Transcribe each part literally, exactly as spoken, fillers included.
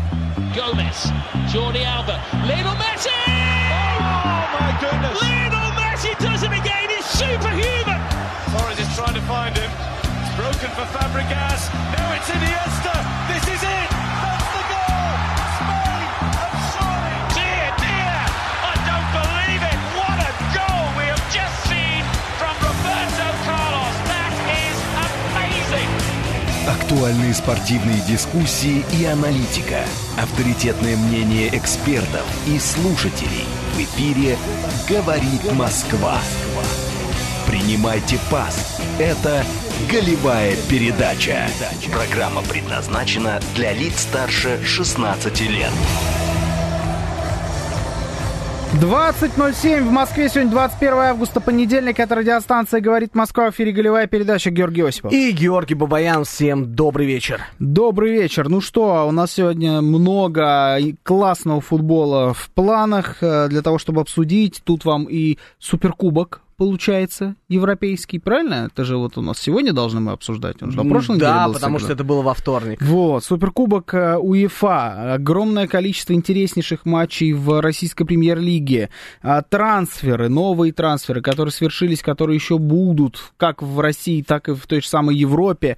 Gomez, Jordi Alba, Lionel Messi! Oh my goodness! Lionel Messi does it again, he's superhuman! Torres is trying to find him, it's broken for Fabregas, now it's Iniesta, this is it! That's the goal! Spain have soaring! Dear, dear, I don't believe it! What a goal we have just seen from Roberto Carlos, that is amazing! Актуальные спортивные дискуссии и аналитика. Авторитетное мнение экспертов и слушателей. В эфире «Говорит Москва». Принимайте пас. Это «Голевая передача». Программа предназначена для лиц старше шестнадцати лет. двадцать ноль семь в Москве. Сегодня двадцать первое августа, понедельник. Это радиостанция «Говорит Москва». В эфире «Голевая передача». Георгий Осипов. И Георгий Бабаян. Всем добрый вечер. Добрый вечер. Ну что, у нас сегодня много классного футбола в планах для того, чтобы обсудить. Тут вам и суперкубок, получается, европейский, правильно? Это же вот у нас сегодня должны мы обсуждать. Он же на прошлой неделе Да, был потому сыгран. что это было во вторник. Вот, суперкубок УЕФА, огромное количество интереснейших матчей в российской премьер-лиге, трансферы, новые трансферы, которые свершились, которые еще будут, как в России, так и в той же самой Европе.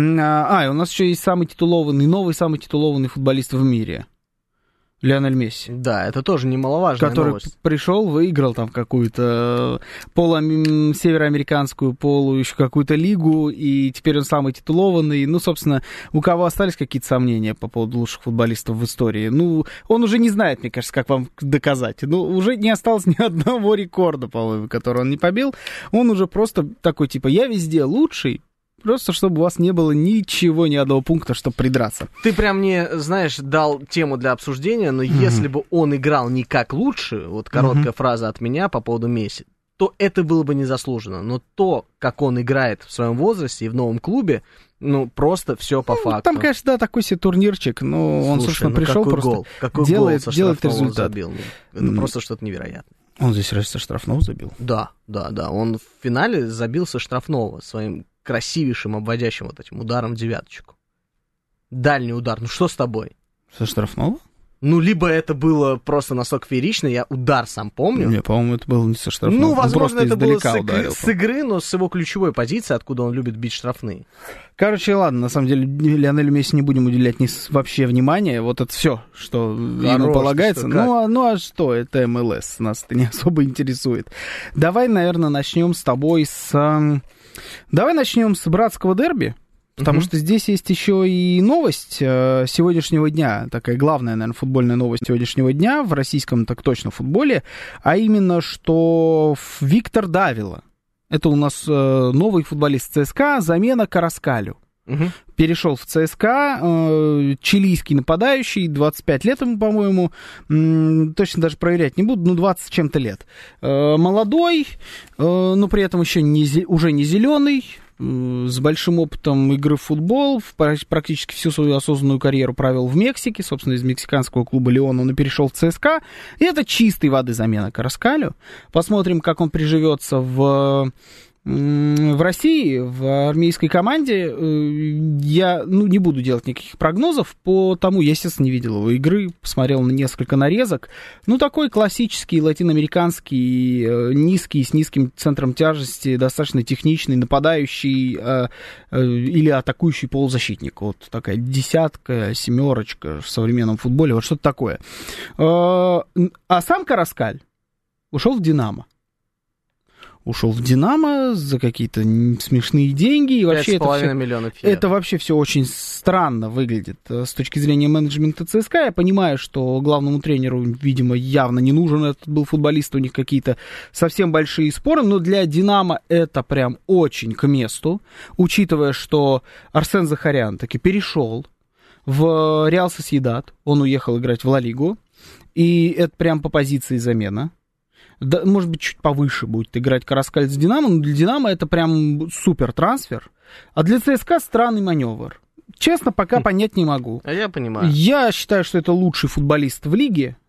А, и у нас еще есть самый титулованный, новый самый титулованный футболист в мире. Лионель Месси. Да, это тоже немаловажная который новость. пришел, выиграл там какую-то полу североамериканскую, полу еще какую-то лигу, и теперь он самый титулованный. Ну, собственно, у кого остались какие-то сомнения по поводу лучших футболистов в истории? Ну, он уже не знает, мне кажется, как вам доказать. Ну, уже не осталось ни одного рекорда, по-моему, который он не побил. Он уже просто такой, типа, я везде лучший. Просто, чтобы у вас не было ничего, ни одного пункта, чтобы придраться. Ты прям мне, знаешь, дал тему для обсуждения, но mm-hmm. если бы он играл не как лучше, вот короткая mm-hmm. фраза от меня по поводу Месси, то это было бы незаслуженно. Но то, как он играет в своем возрасте и в новом клубе, ну, просто все по ну, факту. Там, конечно, да, такой себе турнирчик, но Слушай, он, собственно, ну пришел какой просто гол? Какой делает, гол со делает штрафного результат. Забил. Это mm. просто что-то невероятное. Он здесь раз со штрафного забил? Да, да, да. Он в финале забил со штрафного своим красивейшим обводящим вот этим ударом в девяточку. Дальний удар. Ну что с тобой? Со штрафного? Ну, либо это было просто настолько феерично, я удар сам помню. Не, по-моему, это было не со штрафного. Ну, возможно, это было с игры, с игры, но с его ключевой позиции, откуда он любит бить штрафные. Короче, ладно, на самом деле, Лионелю Месси не будем уделять ни вообще внимания. Вот это все, что Хорош, ему полагается. Что, ну, а, ну, а что, это эм эл эс, нас это не особо интересует. Давай, наверное, начнем с тобой с... Давай начнем с братского дерби. Потому mm-hmm. что здесь есть еще и новость э, сегодняшнего дня, такая главная, наверное, футбольная новость сегодняшнего дня, в российском так точно футболе, а именно, что Виктор Давила, это у нас э, новый футболист ЦСКА, замена Караскалю. Mm-hmm. Перешел в ЦСКА, э, чилийский нападающий, двадцать пять лет ему, по-моему, м- точно даже проверять не буду, ну, двадцать с чем-то лет. Э, молодой, э, но при этом еще не, уже не зеленый, с большим опытом игры в футбол, практически всю свою осознанную карьеру провел в Мексике, собственно, из мексиканского клуба «Леон» он и перешел в ЦСКА, и это чистой воды замена Караскалю. Посмотрим, как он приживется в... В России, в армейской команде. Я ну, не буду делать никаких прогнозов, потому я, естественно, не видел его игры, посмотрел на несколько нарезок. Ну, такой классический латиноамериканский, низкий, с низким центром тяжести, достаточно техничный, нападающий или атакующий полузащитник. Вот такая десятка, семерочка в современном футболе, вот что-то такое. А сам Караскаль ушел в «Динамо». Ушел в «Динамо» за какие-то смешные деньги. И вообще это, все, миллионов евро. Это вообще все очень странно выглядит с точки зрения менеджмента ЦСКА. Я понимаю, что главному тренеру, видимо, явно не нужен этот был футболист. У них какие-то совсем большие споры. Но для «Динамо» это прям очень к месту. Учитывая, что Арсен Захарян таки перешел в Реал Сосьедад. Он уехал играть в Ла Лигу. И это прям по позиции замена. Да, может быть, чуть повыше будет играть Караскаль с «Динамо», но для «Динамо» это прям супер трансфер. А для ЦСКА странный маневр. Честно, пока хм. понять не могу. А я понимаю. Я считаю, что это лучший футболист в лиге,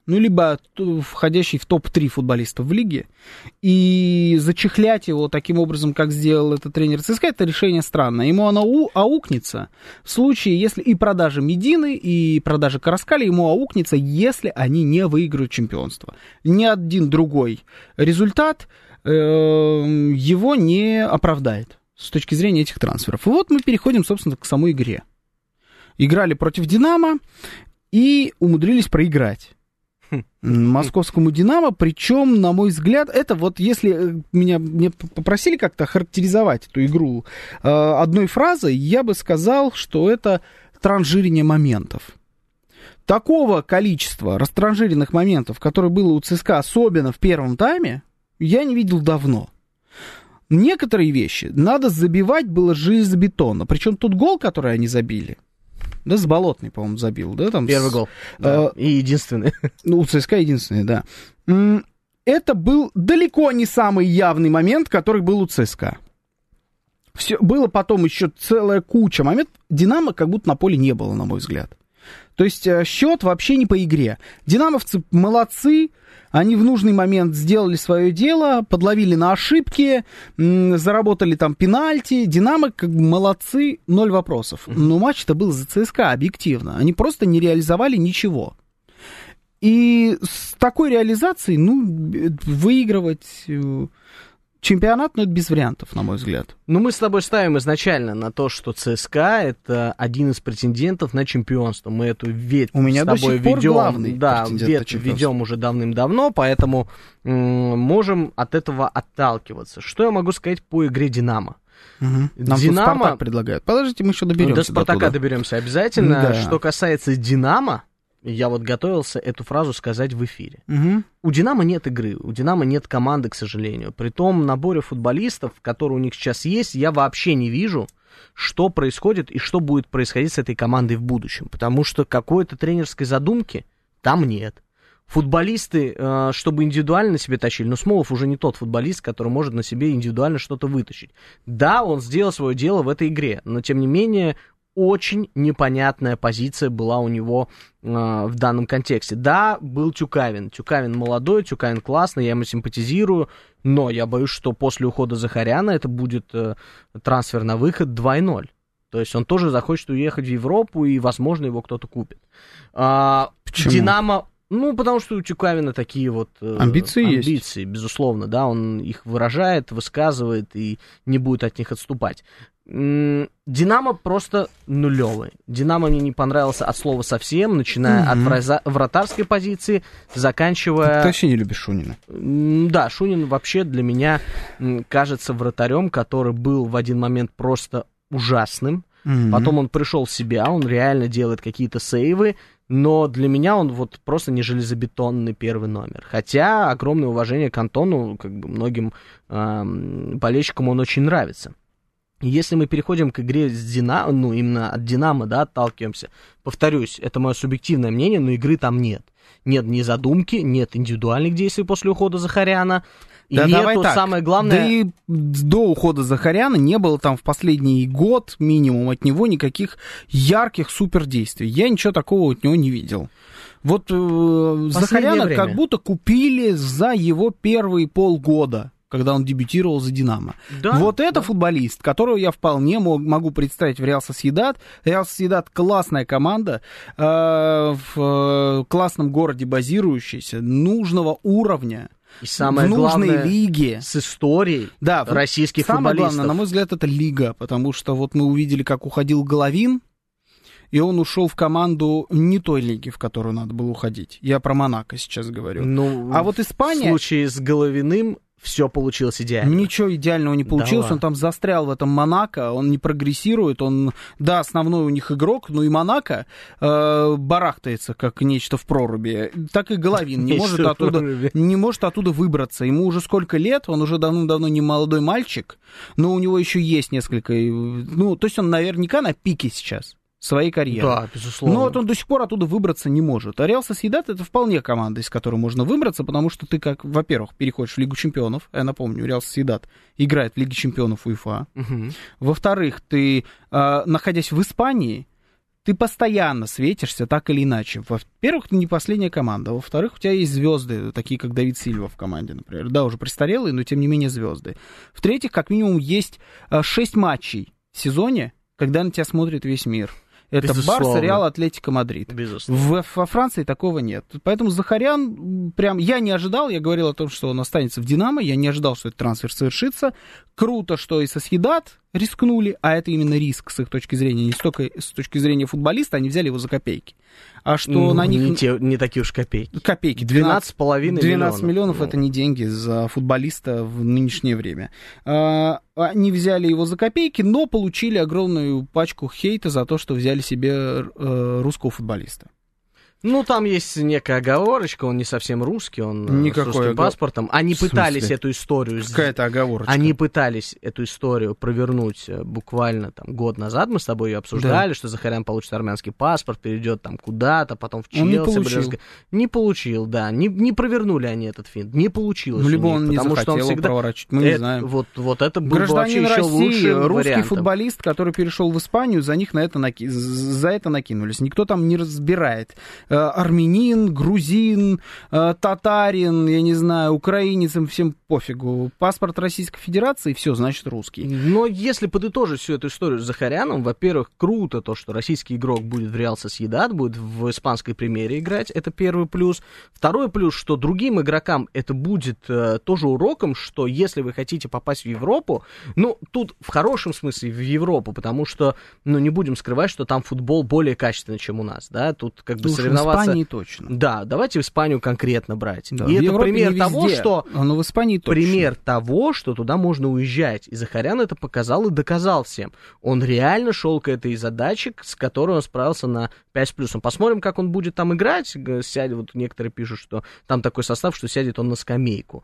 ну, либо входящий в топ три футболистов в лиге, и зачехлять его таким образом, как сделал этот тренер ЦСКА, это решение странное. Ему оно аукнется в случае, если и продажа Медины, и продажа Караскаля ему аукнется, если они не выиграют чемпионство. Ни один другой результат э, его не оправдает с точки зрения этих трансферов. И вот мы переходим, собственно, к самой игре. Играли против «Динамо» и умудрились проиграть московскому «Динамо», причем, на мой взгляд, это вот если меня, меня попросили как-то характеризовать эту игру э, одной фразой, я бы сказал, что это транжирение моментов. Такого количества растранжиренных моментов, которое было у ЦСКА, особенно в первом тайме, я не видел давно. Некоторые вещи надо забивать было железобетонно, причем тот гол, который они забили, да, с Болотной, по-моему, забил, да? Там Первый с, гол, да, э, и единственный. Ну, у ЦСКА единственный, да. Это был далеко не самый явный момент, который был у ЦСКА. Все, было потом еще целая куча моментов. «Динамо» как будто на поле не было, на мой взгляд. То есть счет вообще не по игре. «Динамовцы» молодцы. Они в нужный момент сделали свое дело, подловили на ошибки, м- заработали там пенальти. «Динамо» как бы молодцы, ноль вопросов. Mm-hmm. Но матч-то был за ЦСКА, объективно. Они просто не реализовали ничего. И с такой реализацией, ну, выигрывать чемпионат, ну, это без вариантов, на мой взгляд. Ну, мы с тобой ставим изначально на то, что ЦСКА — это один из претендентов на чемпионство. Мы эту ветвь У меня с тобой до сих пор ведем, главный да, ветвь ведем уже давным-давно, поэтому м- можем от этого отталкиваться. Что я могу сказать по игре «Динамо»? Угу. Нам «Динамо» тут «Спартак» предлагают. Подождите, мы еще доберемся до «Спартака» до доберемся обязательно. Да. Что касается «Динамо», я вот готовился эту фразу сказать в эфире. Угу. У «Динамо» нет игры, у «Динамо» нет команды, к сожалению. При том наборе футболистов, которые у них сейчас есть, я вообще не вижу, что происходит и что будет происходить с этой командой в будущем. Потому что какой-то тренерской задумки там нет. Футболисты, чтобы индивидуально на себе тащили, но Смолов уже не тот футболист, который может на себе индивидуально что-то вытащить. Да, он сделал свое дело в этой игре, но тем не менее очень непонятная позиция была у него э, в данном контексте. Да, был Тюкавин. Тюкавин молодой, Тюкавин классный, я ему симпатизирую, но я боюсь, что после ухода Захаряна это будет э, трансфер на выход два ноль. То есть он тоже захочет уехать в Европу, и, возможно, его кто-то купит. А, Почему? «Динамо», ну, потому что у Тюкавина такие вот э, амбиции, амбиции, есть. Безусловно, да, он их выражает, высказывает и не будет от них отступать. «Динамо» просто нулевый. «Динамо» мне не понравился от слова совсем, начиная угу. от враза- вратарской позиции, заканчивая... Ты вообще не любишь Шунина. Да, Шунин вообще для меня кажется вратарем, который был в один момент просто ужасным. Угу. Потом он пришел в себя, он реально делает какие-то сейвы, но для меня он вот просто не железобетонный первый номер. Хотя огромное уважение к Антону, как бы многим э, болельщикам он очень нравится. Если мы переходим к игре с Динамо, ну, именно от «Динамо», да, отталкиваемся, повторюсь, это мое субъективное мнение, но игры там нет. Нет ни задумки, нет индивидуальных действий после ухода Захаряна, и да, нету, самое главное... Да и до ухода Захаряна не было там в последний год минимум от него никаких ярких супердействий. Я ничего такого от него не видел. Вот э, Захаряна время. Как будто купили за его первые полгода, когда он дебютировал за «Динамо». Да, вот это да. футболист, которого я вполне мог, могу представить в «Реал Сосьедад». «Реал Сосьедад» — классная команда, э, в э, классном городе базирующаяся, нужного уровня, и самое в нужной главное, лиге. С историей да, российских самое футболистов. Самое главное, на мой взгляд, это лига, потому что вот мы увидели, как уходил Головин, и он ушел в команду не той лиги, в которую надо было уходить. Я про Монако сейчас говорю. Ну, а вот Испания... В случае с Головиным все получилось идеально. Ничего идеального не получилось, да, он там застрял в этом Монако, он не прогрессирует, он, да, основной у них игрок, но и Монако э, барахтается, как нечто в проруби, так и Головин не может, оттуда, не может оттуда выбраться. Ему уже сколько лет, он уже давно-давно не молодой мальчик, но у него еще есть несколько, ну, то есть он наверняка на пике сейчас своей карьеры. Да, безусловно. Но вот он до сих пор оттуда выбраться не может. А «Реал Сосьедад» — это вполне команда, из которой можно выбраться, потому что ты, как, во-первых, переходишь в Лигу чемпионов. Я напомню, «Реал Сосьедад» играет в Лиге чемпионов УЕФА. Угу. Во-вторых, ты, э, находясь в Испании, ты постоянно светишься так или иначе. Во-первых, ты не последняя команда. Во-вторых, у тебя есть звезды, такие как Давид Сильва в команде, например. Да, уже престарелые, но тем не менее звезды. В-третьих, как минимум есть шесть матчей в сезоне, когда на тебя смотрит весь мир. Это Барса, Реал, Атлетико, Мадрид. В, во Франции такого нет. Поэтому Захарян, прям, я не ожидал, я говорил о том, что он останется в Динамо, я не ожидал, что этот трансфер совершится. Круто, что и Сосьедад рискнули, а это именно риск с их точки зрения, не столько с точки зрения футболиста, они взяли его за копейки. А что ну, на них... Не, те, не такие уж копейки. Копейки. двенадцать с половиной миллионов. двенадцать миллионов ну. Это не деньги за футболиста в нынешнее время. А, они взяли его за копейки, но получили огромную пачку хейта за то, что взяли себе э, русского футболиста. Ну, там есть некая оговорочка, он не совсем русский, он Никакой с русским огов... паспортом. Они пытались эту историю... Какая-то оговорочка. Они пытались эту историю провернуть буквально там год назад, мы с тобой ее обсуждали, да. Что Захарян получит армянский паспорт, перейдет там куда-то, потом в Челси. Он не получил. Брызг... Не получил, да. Не, не провернули они этот финт, не получилось. Ну, либо них, он не потому захотел что он всегда... проворачивать, мы не это, знаем. Вот, вот это был Гражданин вообще России, еще лучшим русский вариантом. Футболист, который перешел в Испанию, за них на это наки... за это накинулись. Никто там не разбирает. Армянин, грузин, э, татарин, я не знаю, украинец, им всем пофигу. Паспорт Российской Федерации, все, значит, русский. Но если подытожить всю эту историю с Захаряном, во-первых, круто то, что российский игрок будет в Реал Сосьедад, будет в испанской премьере играть, это первый плюс. Второй плюс, что другим игрокам это будет э, тоже уроком, что если вы хотите попасть в Европу, ну, тут в хорошем смысле в Европу, потому что, ну, не будем скрывать, что там футбол более качественный, чем у нас, да, тут как бы ну, соревноваться... В Испании точно. Да, давайте в Испанию конкретно брать. Да, и это пример везде, того, что... Но в Испании точно. Пример того, что туда можно уезжать. И Захарян это показал и доказал всем. Он реально шел к этой задаче, с которой он справился на пять с плюсом. Посмотрим, как он будет там играть. Сядет, вот некоторые пишут, что там такой состав, что сядет он на скамейку.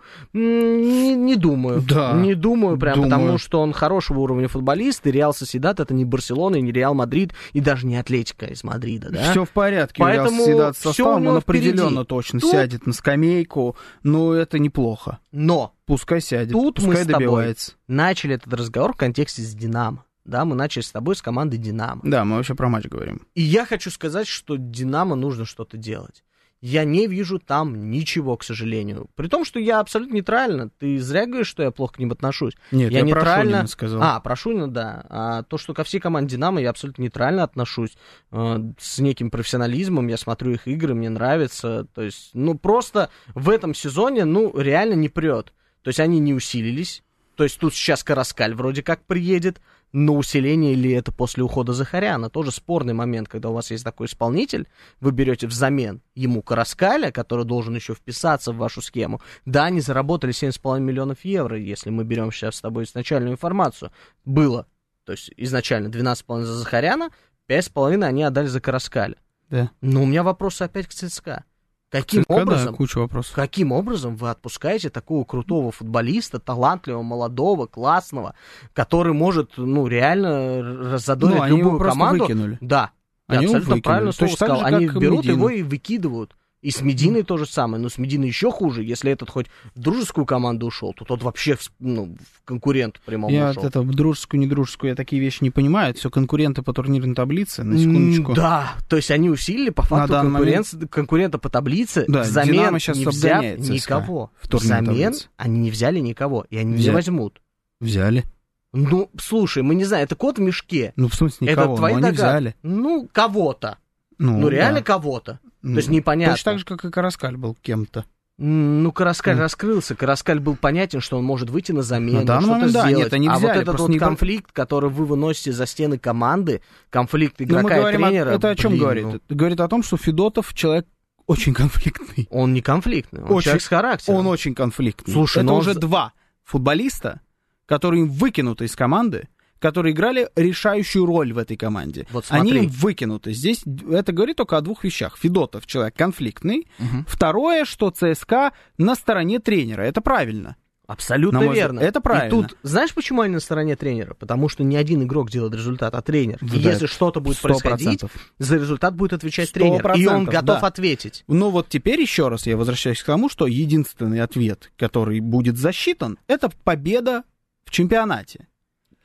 Не, не думаю. Да, не думаю прям, думаю. Потому что он хорошего уровня футболист. И Реал Сосьедад это не Барселона, и не Реал Мадрид, и даже не Атлетико из Мадрида. Да? Все в порядке. Поэтому у Реал Сосьедад с составом, он определенно впереди. точно Тут... сядет на скамейку, но это неплохо. Но пускай сядет, тут пускай мы с тобой добивается. Начали этот разговор в контексте с Динамо. Да, мы начали с тобой с командой Динамо. Да, мы вообще про матч говорим. И я хочу сказать, что Динамо нужно что-то делать. Я не вижу там ничего, к сожалению. При том, что я абсолютно нейтрально. Ты зря говоришь, что я плохо к ним отношусь. Нет, я, я нейтрально... про Шунина сказал. А, про Шунина, да. А то, что ко всей команде Динамо я абсолютно нейтрально отношусь. Э, с неким профессионализмом. Я смотрю их игры, мне нравится. То есть, ну, просто в этом сезоне, ну, реально не прет. То есть, они не усилились. То есть, тут сейчас Караскаль вроде как приедет. Но усиление ли это после ухода Захаряна? Тоже спорный момент, когда у вас есть такой исполнитель, вы берете взамен ему Караскаля, который должен еще вписаться в вашу схему. Да, они заработали семь с половиной миллионов евро, если мы берем сейчас с тобой изначальную информацию. Было. То есть изначально двенадцать с половиной за Захаряна, пять с половиной они отдали за Караскаля. Да. Но у меня вопросы опять к ЦСКА. Каким ЦСКА, образом, да, куча вопросов. Каким образом вы отпускаете такого крутого футболиста, талантливого, молодого, классного, который может, ну, реально разодорить ну, любую команду? Выкинули. Да, они я абсолютно правильно слово Точно сказал. так же, они берут Медину. его и выкидывают. И с Мединой то же самое, но с Мединой еще хуже. Если этот хоть в дружескую команду ушел, то тот вообще в, ну, в конкурент прямом я ушел. Я это в дружескую, не дружескую, я такие вещи не понимаю. Это все конкуренты по турнирной таблице, на секундочку. Да, то есть они усилили по факту конкурент, момент... конкурента по таблице, да, взамен сейчас не взяв никого. Взамен таблице. Они не взяли никого, и они Взя... не возьмут. Взяли. Ну, слушай, мы не знаем, это кот в мешке. Ну, в смысле, никого, это твои но они взяли. Ну, кого-то. Ну, ну реально да. кого-то. Ну, то есть непонятно. Точно так же, как и Караскаль был кем-то. Ну, Караскаль mm. раскрылся. Караскаль был понятен, что он может выйти на замену, на что-то момент, сделать. Да, нет, они взяли, а вот этот вот не... конфликт, который вы выносите за стены команды, конфликт игрока ну, и тренера... О... Это о чем блин, говорит? Ну... Это говорит о том, что Федотов человек очень конфликтный. Он не конфликтный, он очень... человек с характером. Он очень конфликтный. Слушай, это но уже он... два футболиста, которые выкинуты из команды, которые играли решающую роль в этой команде. Вот они выкинуты. Здесь это говорит только о двух вещах. Федотов человек конфликтный. Угу. Второе, что ЦСКА на стороне тренера. Это правильно. Абсолютно верно. Это правильно. И тут, знаешь, почему они на стороне тренера? Потому что ни один игрок делает результат, а тренер. Да, и если что-то будет сто процентов происходить, за результат будет отвечать тренер. И он готов да. ответить. Ну вот теперь еще раз я возвращаюсь к тому, что единственный ответ, который будет засчитан, это победа в чемпионате.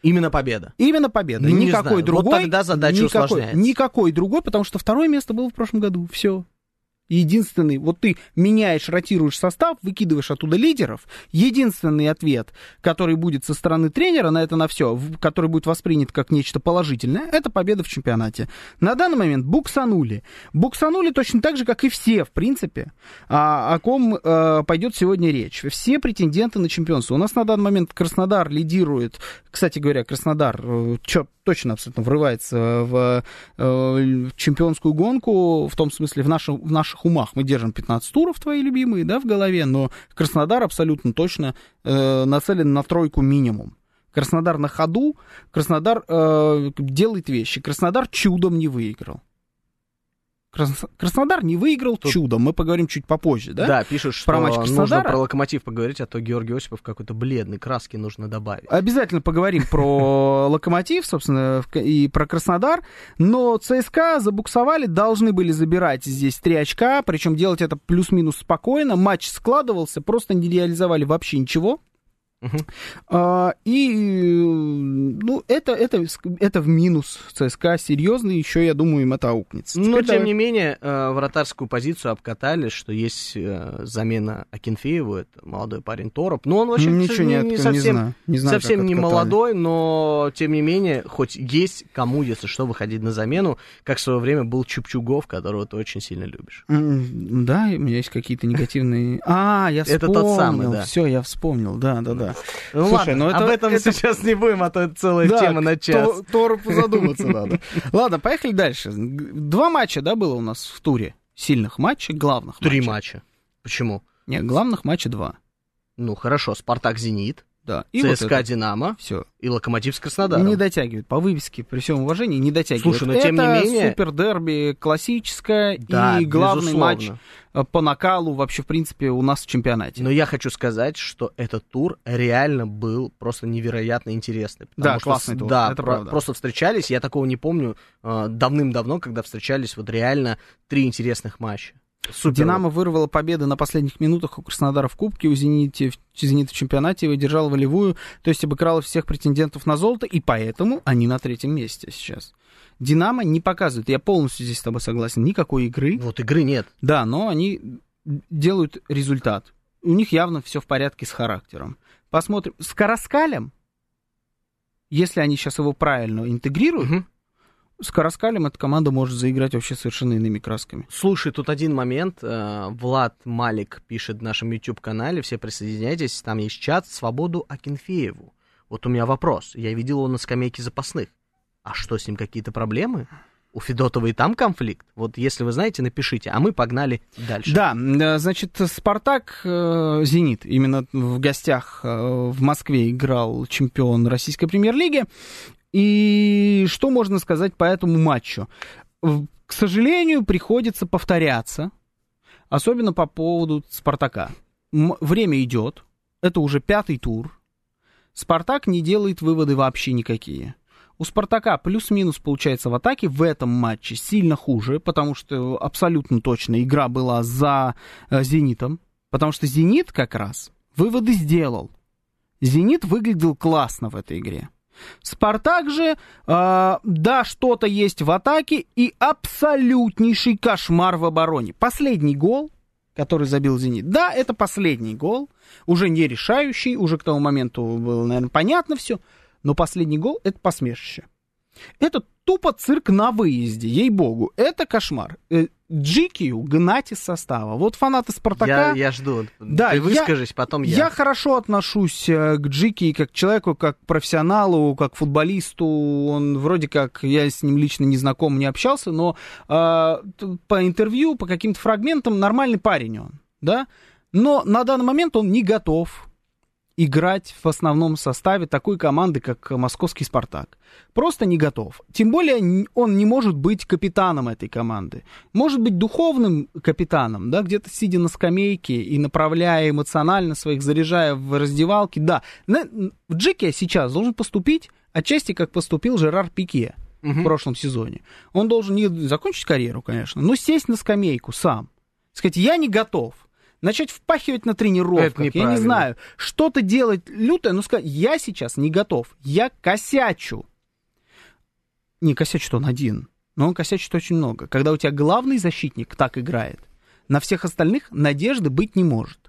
Именно победа. Именно победа. Ну, никакой другой. Вот тогда задача никакой, усложняется. Никакой другой, потому что второе место было в прошлом году. Все. Единственный, вот ты меняешь, ротируешь состав, выкидываешь оттуда лидеров. Единственный ответ, который будет со стороны тренера на это на все, который будет воспринят как нечто положительное, это победа в чемпионате. На данный момент буксанули. Буксанули точно так же, как и все, в принципе, о, о ком э, пойдет сегодня речь. Все претенденты на чемпионство. У нас на данный момент Краснодар лидирует. Кстати говоря, Краснодар э, чё, точно абсолютно врывается в э, чемпионскую гонку, в том смысле в, нашем, в наших умах. Мы держим пятнадцать туров, твои любимые, да, в голове, но Краснодар абсолютно точно э, нацелен на тройку минимум. Краснодар на ходу, Краснодар э, делает вещи. Краснодар чудом не выиграл. Краснодар не выиграл Тут... чудом. Мы поговорим чуть попозже, да? Да, пишут, что про матч нужно про Локомотив поговорить, а то Георгий Осипов какой-то бледный, краски нужно добавить. Обязательно поговорим про Локомотив, собственно, и про Краснодар. Но ЦСКА забуксовали, должны были забирать здесь три очка, причем делать это плюс-минус спокойно. Матч складывался, просто не реализовали вообще ничего. Uh-huh. А, и ну, это, это, это в минус ЦСКА серьезно, еще, я думаю, им это аукнется. Но, Теперь тем давай... не менее, вратарскую позицию обкатали, что есть замена Акинфееву, это молодой парень Тороп. Ну, он вообще Ничего не, не, не не совсем, знаю. Не знаю, совсем не молодой, но, тем не менее, хоть есть кому, если что, выходить на замену, как в свое время был Чупчугов, которого ты очень сильно любишь. Mm, да, у меня есть какие-то негативные... А, я вспомнил. Это тот самый, да. Все, я вспомнил, да, да, да. Ну Слушай, ладно, ну это, об этом это... сейчас не будем, а то это целая да, тема на час. Торопу задуматься надо. Ладно, поехали дальше. Два матча, да, было у нас в туре? Сильных матчей, главных Три матчей. матча. Почему? Нет, главных матчей два. Ну, хорошо, Спартак-Зенит, да. ЦСКА-Динамо все. И Локомотив с Краснодаром. Не дотягивает. По вывеске, при всем уважении, не дотягивает. Слушай, но тем это не менее... супердерби классическое да, и главный безусловно. матч по накалу вообще, в принципе, у нас в чемпионате. Но я хочу сказать, что этот тур реально был просто невероятно интересный. Да, что, классный тур, да, это про- правда. Просто встречались, я такого не помню э, давным-давно, когда встречались вот реально три интересных матча. Супер. Динамо вырвало победы на последних минутах у Краснодара в Кубке, у Зенита в, Зенит в чемпионате, выдержала волевую, то есть обыграла всех претендентов на золото, и поэтому они на третьем месте сейчас. Динамо не показывает, я полностью здесь с тобой согласен, никакой игры. Вот игры нет. Да, но они делают результат. У них явно все в порядке с характером. Посмотрим. С Караскалем, если они сейчас его правильно интегрируют, угу. С Караскалем эта команда может заиграть вообще совершенно иными красками. Слушай, тут один момент. Влад Малик пишет в нашем YouTube-канале, все присоединяйтесь, там есть чат, свободу Акинфееву. Вот у меня вопрос. Я видел его на скамейке запасных. А что, с ним какие-то проблемы? У Федотова и там конфликт? Вот если вы знаете, напишите, а мы погнали дальше. Да, значит, Спартак, Зенит, именно в гостях в Москве играл чемпион российской премьер-лиги. И что можно сказать по этому матчу? К сожалению, приходится повторяться, особенно по поводу Спартака. Время идет, это уже пятый тур. Спартак не делает выводы вообще никакие. У Спартака плюс-минус получается в атаке в этом матче сильно хуже, потому что абсолютно точно игра была за э, Зенитом, потому что Зенит как раз выводы сделал. Зенит выглядел классно в этой игре. Спартак же, э, да, что-то есть в атаке и абсолютнейший кошмар в обороне. Последний гол, который забил Зенит, да, это последний гол, уже не решающий, уже к тому моменту было, наверное, понятно все, но последний гол — это посмешище. Это тупо цирк на выезде, ей-богу, это кошмар. Джикию гнать из состава. Вот фанаты Спартака... Я, я жду. Да, Ты выскажись, я, потом я. Я хорошо отношусь к Джикии как к человеку, как к профессионалу, как к футболисту. Он вроде как, я с ним лично не знаком, не общался, но э, по интервью, по каким-то фрагментам нормальный парень он, да? Но на данный момент он не готов играть в основном составе такой команды, как московский «Спартак». Просто не готов. Тем более он не может быть капитаном этой команды. Может быть духовным капитаном, да, где-то сидя на скамейке и направляя эмоционально своих, заряжая в раздевалке. Да, в Джеке сейчас должен поступить отчасти, как поступил Жерар Пике угу. в прошлом сезоне. Он должен не закончить карьеру, конечно, но сесть на скамейку сам. Сказать, я не готов. начать впахивать на тренировках, я не знаю, что-то делать лютое, но сказать, я сейчас не готов, я косячу. Не косячит он один, но он косячит очень много. Когда у тебя главный защитник так играет, на всех остальных надежды быть не может.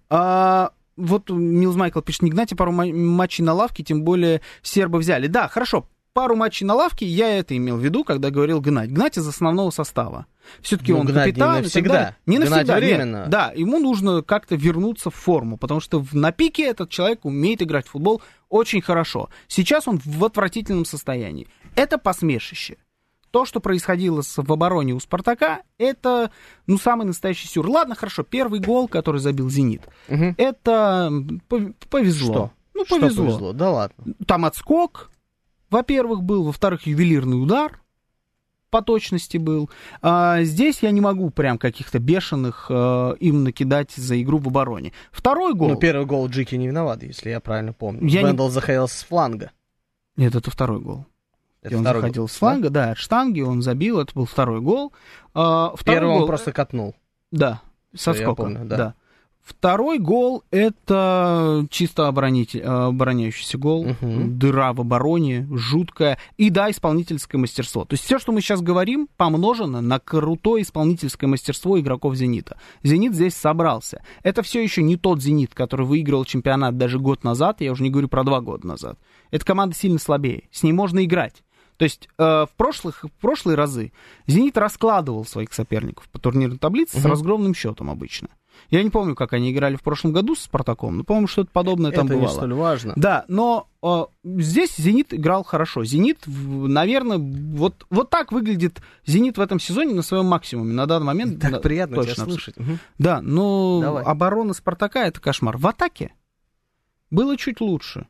А, вот Милз Майкл пишет, не гнайте пару матчей на лавке, тем более сербы взяли. Да, хорошо, пару матчей на лавке, я это имел в виду, когда говорил гнать. Гнать из основного состава. Все-таки ну, он капитан. Не навсегда. Не гнать навсегда. Временно. Нет, да, ему нужно как-то вернуться в форму, потому что на пике этот человек умеет играть в футбол очень хорошо. Сейчас он в отвратительном состоянии. Это посмешище. То, что происходило в обороне у «Спартака», это, ну, самый настоящий сюр. Ладно, хорошо, первый гол, который забил «Зенит», угу. это повезло. Что? Ну, повезло. Что повезло? Да ладно. Там отскок, во-первых, был, во-вторых, ювелирный удар по точности был. А здесь я не могу прям каких-то бешеных а, им накидать за игру в обороне. Второй гол... Ну, первый гол Джики не виноват, если я правильно помню. Я Вендел не... заходил с фланга. Нет, это второй гол. Это он заходил гол, с фланга, да? да, от штанги, он забил, это был второй гол. А, Первый гол... он просто катнул. Да, со Все, скоком. я помню, да. да. Второй гол — это чисто оборонитель, обороняющийся гол, угу. Дыра в обороне, жуткая, и да, исполнительское мастерство. То есть все, что мы сейчас говорим, помножено на крутое исполнительское мастерство игроков «Зенита». «Зенит» здесь собрался. Это все еще не тот «Зенит», который выиграл чемпионат даже год назад, я уже не говорю про два года назад. Эта команда сильно слабее, с ней можно играть. То есть э, в, прошлых, в прошлые разы «Зенит» раскладывал своих соперников по турнирной таблице угу. с разгромным счетом обычно. Я не помню, как они играли в прошлом году с «Спартаком», но, по-моему, что-то подобное это там бывало. Это не столь важно. Да, но э, здесь «Зенит» играл хорошо. «Зенит», наверное, вот, вот так выглядит «Зенит» в этом сезоне на своем максимуме. На данный момент... Так на, приятно точно, тебя слышать. Угу. Да, но Давай. Оборона «Спартака» — это кошмар. В атаке было чуть лучше,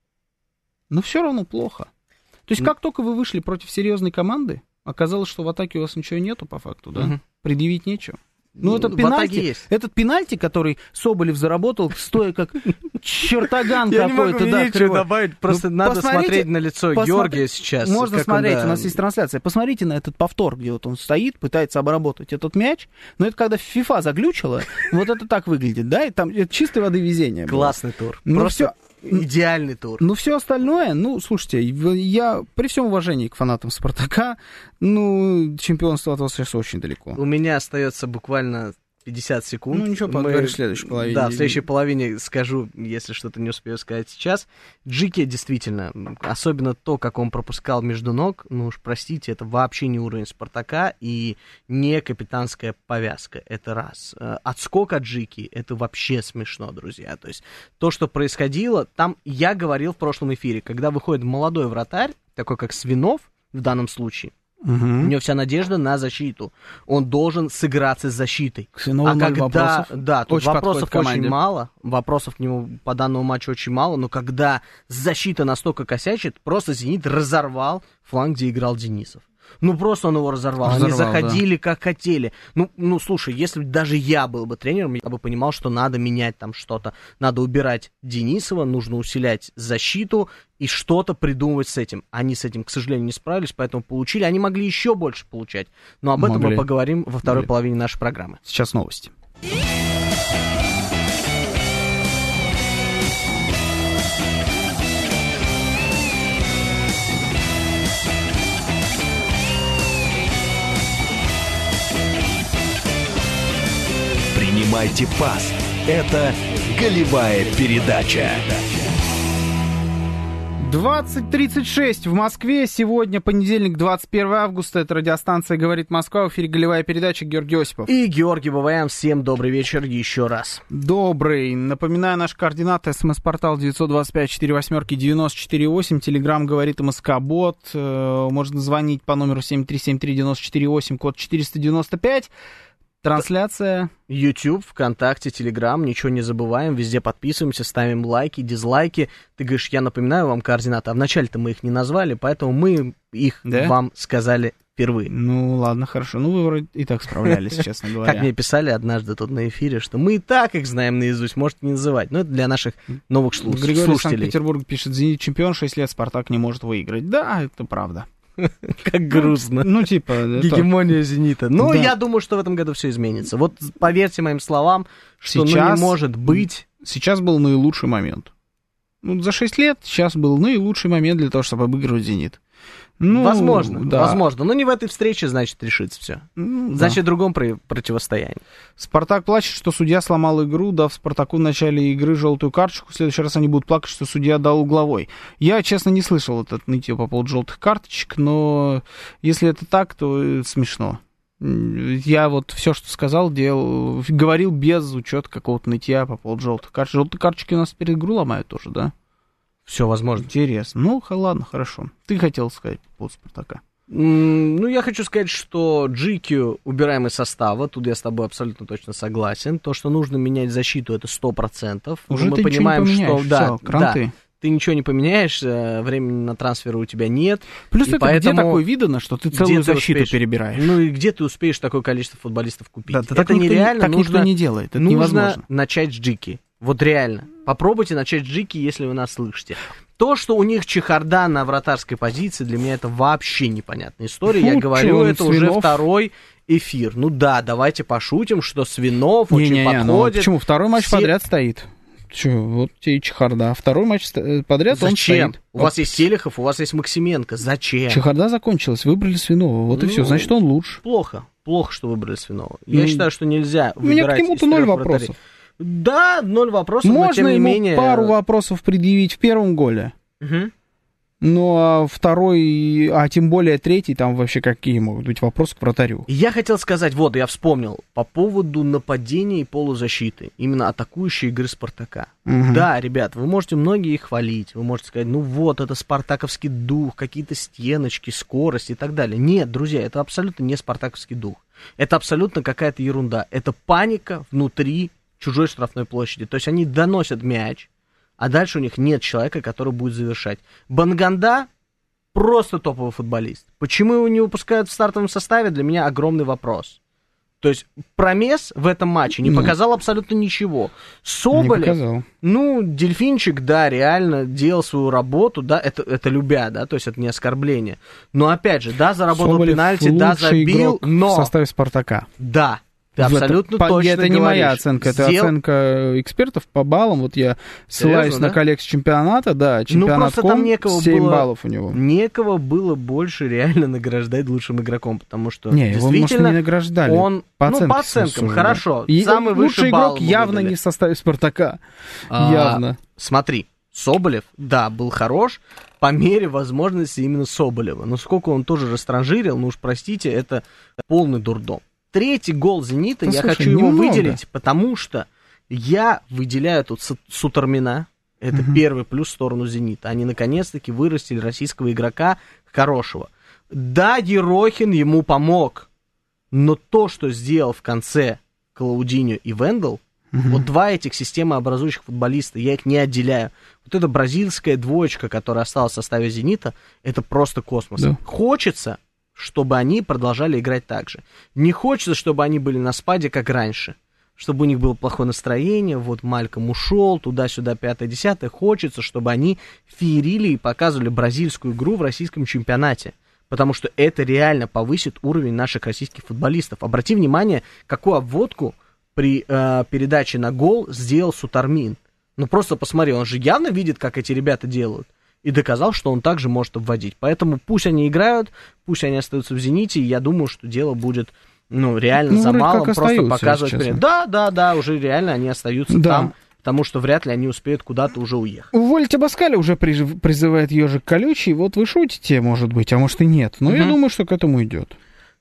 но все равно плохо. То есть, как только вы вышли против серьезной команды, оказалось, что в атаке у вас ничего нету, по факту, да? Угу. Предъявить нечего. Ну, этот пенальти, этот пенальти, который Соболев заработал, стоя как чертоган какой-то. Я не могу да, ничего добавить, просто ну, надо смотреть на лицо посмотри, Георгия сейчас. Можно смотреть, он, да... у нас есть трансляция. Посмотрите на этот повтор, где вот он стоит, пытается обработать этот мяч. Но это когда FIFA заглючила, вот это так выглядит, да? И там это чистой воды везение. Классный тур. Просто идеальный тур. Ну, все остальное, ну, слушайте, я при всем уважении к фанатам «Спартака», ну, чемпионство от вас сейчас очень далеко. У меня остается буквально пятьдесят секунд. Ну, ничего, поговоришь в следующей половине. Да, в следующей половине скажу, если что-то не успею сказать сейчас. Джики, действительно, особенно то, как он пропускал между ног, ну уж простите, это вообще не уровень «Спартака» и не капитанская повязка, это раз. Отскок от Джики, это вообще смешно, друзья. То есть то, что происходило, там я говорил в прошлом эфире, когда выходит молодой вратарь, такой как Свинов в данном случае, угу. У него вся надежда на защиту. Он должен сыграться с защитой. К Свинову а когда, вопросов. Да, тут очень вопросов очень мало. Вопросов к нему по данному матчу очень мало. Но когда защита настолько косячит, просто «Зенит» разорвал фланг, где играл Денисов. Ну, просто он его разорвал. разорвал Они заходили, да. как хотели. Ну, ну, слушай, если бы даже я был бы тренером, я бы понимал, что надо менять там что-то. Надо убирать Денисова, нужно усилять защиту и что-то придумывать с этим. Они с этим, к сожалению, не справились, поэтому получили. Они могли еще больше получать. Но об этом могли. мы поговорим во второй могли. половине нашей программы. Сейчас новости. Принимайте пас. Это голевая передача. двадцать тридцать шесть в Москве. Сегодня понедельник, двадцать первое августа. Это радиостанция «Говорит Москва». В эфире голевая передача. Георгий Осипов. И Георгий Бабаян. Всем добрый вечер еще раз. Добрый. Напоминаю, наши координаты. СМС-портал девять два пять четыре восемь девяносто четыре восемь. Телеграм «Говорит МСК-бот». Можно звонить по номеру семь три семь три девять четыре восемь, код четыреста девяносто пять. Трансляция. YouTube, ВКонтакте, Телеграм, ничего не забываем, везде подписываемся, ставим лайки, дизлайки. Ты говоришь, я напоминаю вам координаты, а вначале-то мы их не назвали, поэтому мы их да? вам сказали впервые. Ну, ладно, хорошо. Ну, вы вроде и так справлялись, честно говоря. Как мне писали однажды тут на эфире, что мы и так их знаем наизусть, можете не называть. Но это для наших новых слушателей. Григорий Санкт-Петербург пишет, «Зенит чемпион, шесть лет, Спартак не может выиграть». Да, это правда. Как грустно. Ну, типа... Гегемония «Зенита». Но да. Я думаю, что в этом году все изменится. Вот поверьте моим словам, что сейчас, ну, не может быть... Сейчас был наилучший момент. Ну, за шесть лет сейчас был наилучший момент для того, чтобы обыгрывать «Зенит». Ну, возможно, да. возможно. Но не в этой встрече, значит, решится все. Ну, значит, да. в другом про- противостоянии. Спартак плачет, что судья сломал игру, дав Спартаку в начале игры желтую карточку. В следующий раз они будут плакать, что судья дал угловой. Я, честно, не слышал этот нытье по поводу желтых карточек, но если это так, то смешно. Я вот все, что сказал, делал, говорил без учета какого-то нытья по поводу желтых карточек. Желтые карточки у нас перед игру ломают тоже, да? Все возможно. Интересно. Ну, ладно, хорошо. Ты хотел сказать по поводу Спартака? Mm, ну, я хочу сказать, что джи кью убираем из состава. Тут я с тобой абсолютно точно согласен. То, что нужно менять защиту, это сто процентов. Уже мы ты понимаем, ничего не поменяешь. Что, да, Все, кранты. Да, ты ничего не поменяешь, времени на трансферы у тебя нет. Плюс это поэтому... где такое видно, что ты целую где защиту ты перебираешь. Ну и где ты успеешь такое количество футболистов купить? Да, это так нереально. Так нужно, никто не делает, это нужно невозможно. начать с джи. Вот реально. Попробуйте начать с джи, если вы нас слышите. То, что у них чехарда на вратарской позиции, для меня это вообще непонятная история. Фу, Я говорю, это Свинов. Уже второй эфир. Ну да, давайте пошутим, что Свинов не, очень не, не, подходит. Ну, почему? Второй матч Все... подряд стоит. Че, вот тебе и чехарда. Второй матч подряд Зачем? он стоит. У вас есть Селихов, у вас есть Максименко. Зачем? Чехарда закончилась, выбрали Свинова. Вот ну, и все, значит, он лучше. Плохо. Плохо, что выбрали Свинова. Я ну, считаю, что нельзя выбирать. У меня к нему-то ноль вопросов. Вратарей. Да, ноль вопросов, Можно но тем не ему менее... пару вопросов предъявить в первом голе. Угу. Ну, а второй, а тем более третий, там вообще какие могут быть вопросы к вратарю? Я хотел сказать, вот, я вспомнил, по поводу нападения и полузащиты, именно атакующей игры Спартака. Угу. Да, ребят, вы можете многие их хвалить, вы можете сказать, ну вот, это спартаковский дух, какие-то стеночки, скорость и так далее. Нет, друзья, это абсолютно не спартаковский дух. Это абсолютно какая-то ерунда. Это паника внутри чужой штрафной площади. То есть они доносят мяч, а дальше у них нет человека, который будет завершать. Банганда просто топовый футболист. Почему его не выпускают в стартовом составе, для меня огромный вопрос. То есть Промес в этом матче не показал Нет. абсолютно ничего. Соболев, ну, дельфинчик, да, реально делал свою работу, да, это, это любя, да, то есть это не оскорбление. Но опять же, да, заработал Соболев пенальти, да, забил, но... в составе Спартака. Да. Ты абсолютно это, точно Это говоришь. не моя оценка, это Сдел... оценка экспертов по баллам. Вот я ссылаюсь Серьезно, на да? коллег с чемпионата, да, чемпионат ком, ну, семь было, баллов у него. Некого было больше реально награждать лучшим игроком, потому что не, действительно его, может, не награждали. Он, по ну, по оценкам, хорошо. И самый лучший игрок явно не в составе Спартака. А, явно. Смотри, Соболев, да, был хорош по мере возможности именно Соболева. Но сколько он тоже растранжирил, ну уж простите, это полный дурдом. Третий гол «Зенита», ну, я слушай, хочу его немного. выделить, потому что я выделяю тут Сутармина. Это угу. первый плюс в сторону «Зенита». Они наконец-таки вырастили российского игрока хорошего. Да, Ерохин ему помог, но то, что сделал в конце Клаудиньо и Вендел, угу. вот два этих системообразующих футболиста, я их не отделяю. Вот эта бразильская двоечка, которая осталась в составе «Зенита», это просто космос. Да. Хочется... чтобы они продолжали играть так же. Не хочется, чтобы они были на спаде, как раньше. Чтобы у них было плохое настроение, вот Мальком ушел, туда-сюда, пятое-десятое. Хочется, чтобы они феерили и показывали бразильскую игру в российском чемпионате. Потому что это реально повысит уровень наших российских футболистов. Обрати внимание, какую обводку при э, передаче на гол сделал Сутармин. Ну просто посмотри, он же явно видит, как эти ребята делают. И доказал, что он также может обводить. Поэтому пусть они играют, пусть они остаются в «Зените», и я думаю, что дело будет, ну, реально ну, за малым, просто показывать пример. Да, да, да, уже реально они остаются да. там, потому что вряд ли они успеют куда-то уже уехать. Уволить Абаскаля уже призывает ежик колючий, вот вы шутите, может быть, а может и нет, но угу. я думаю, что к этому идет.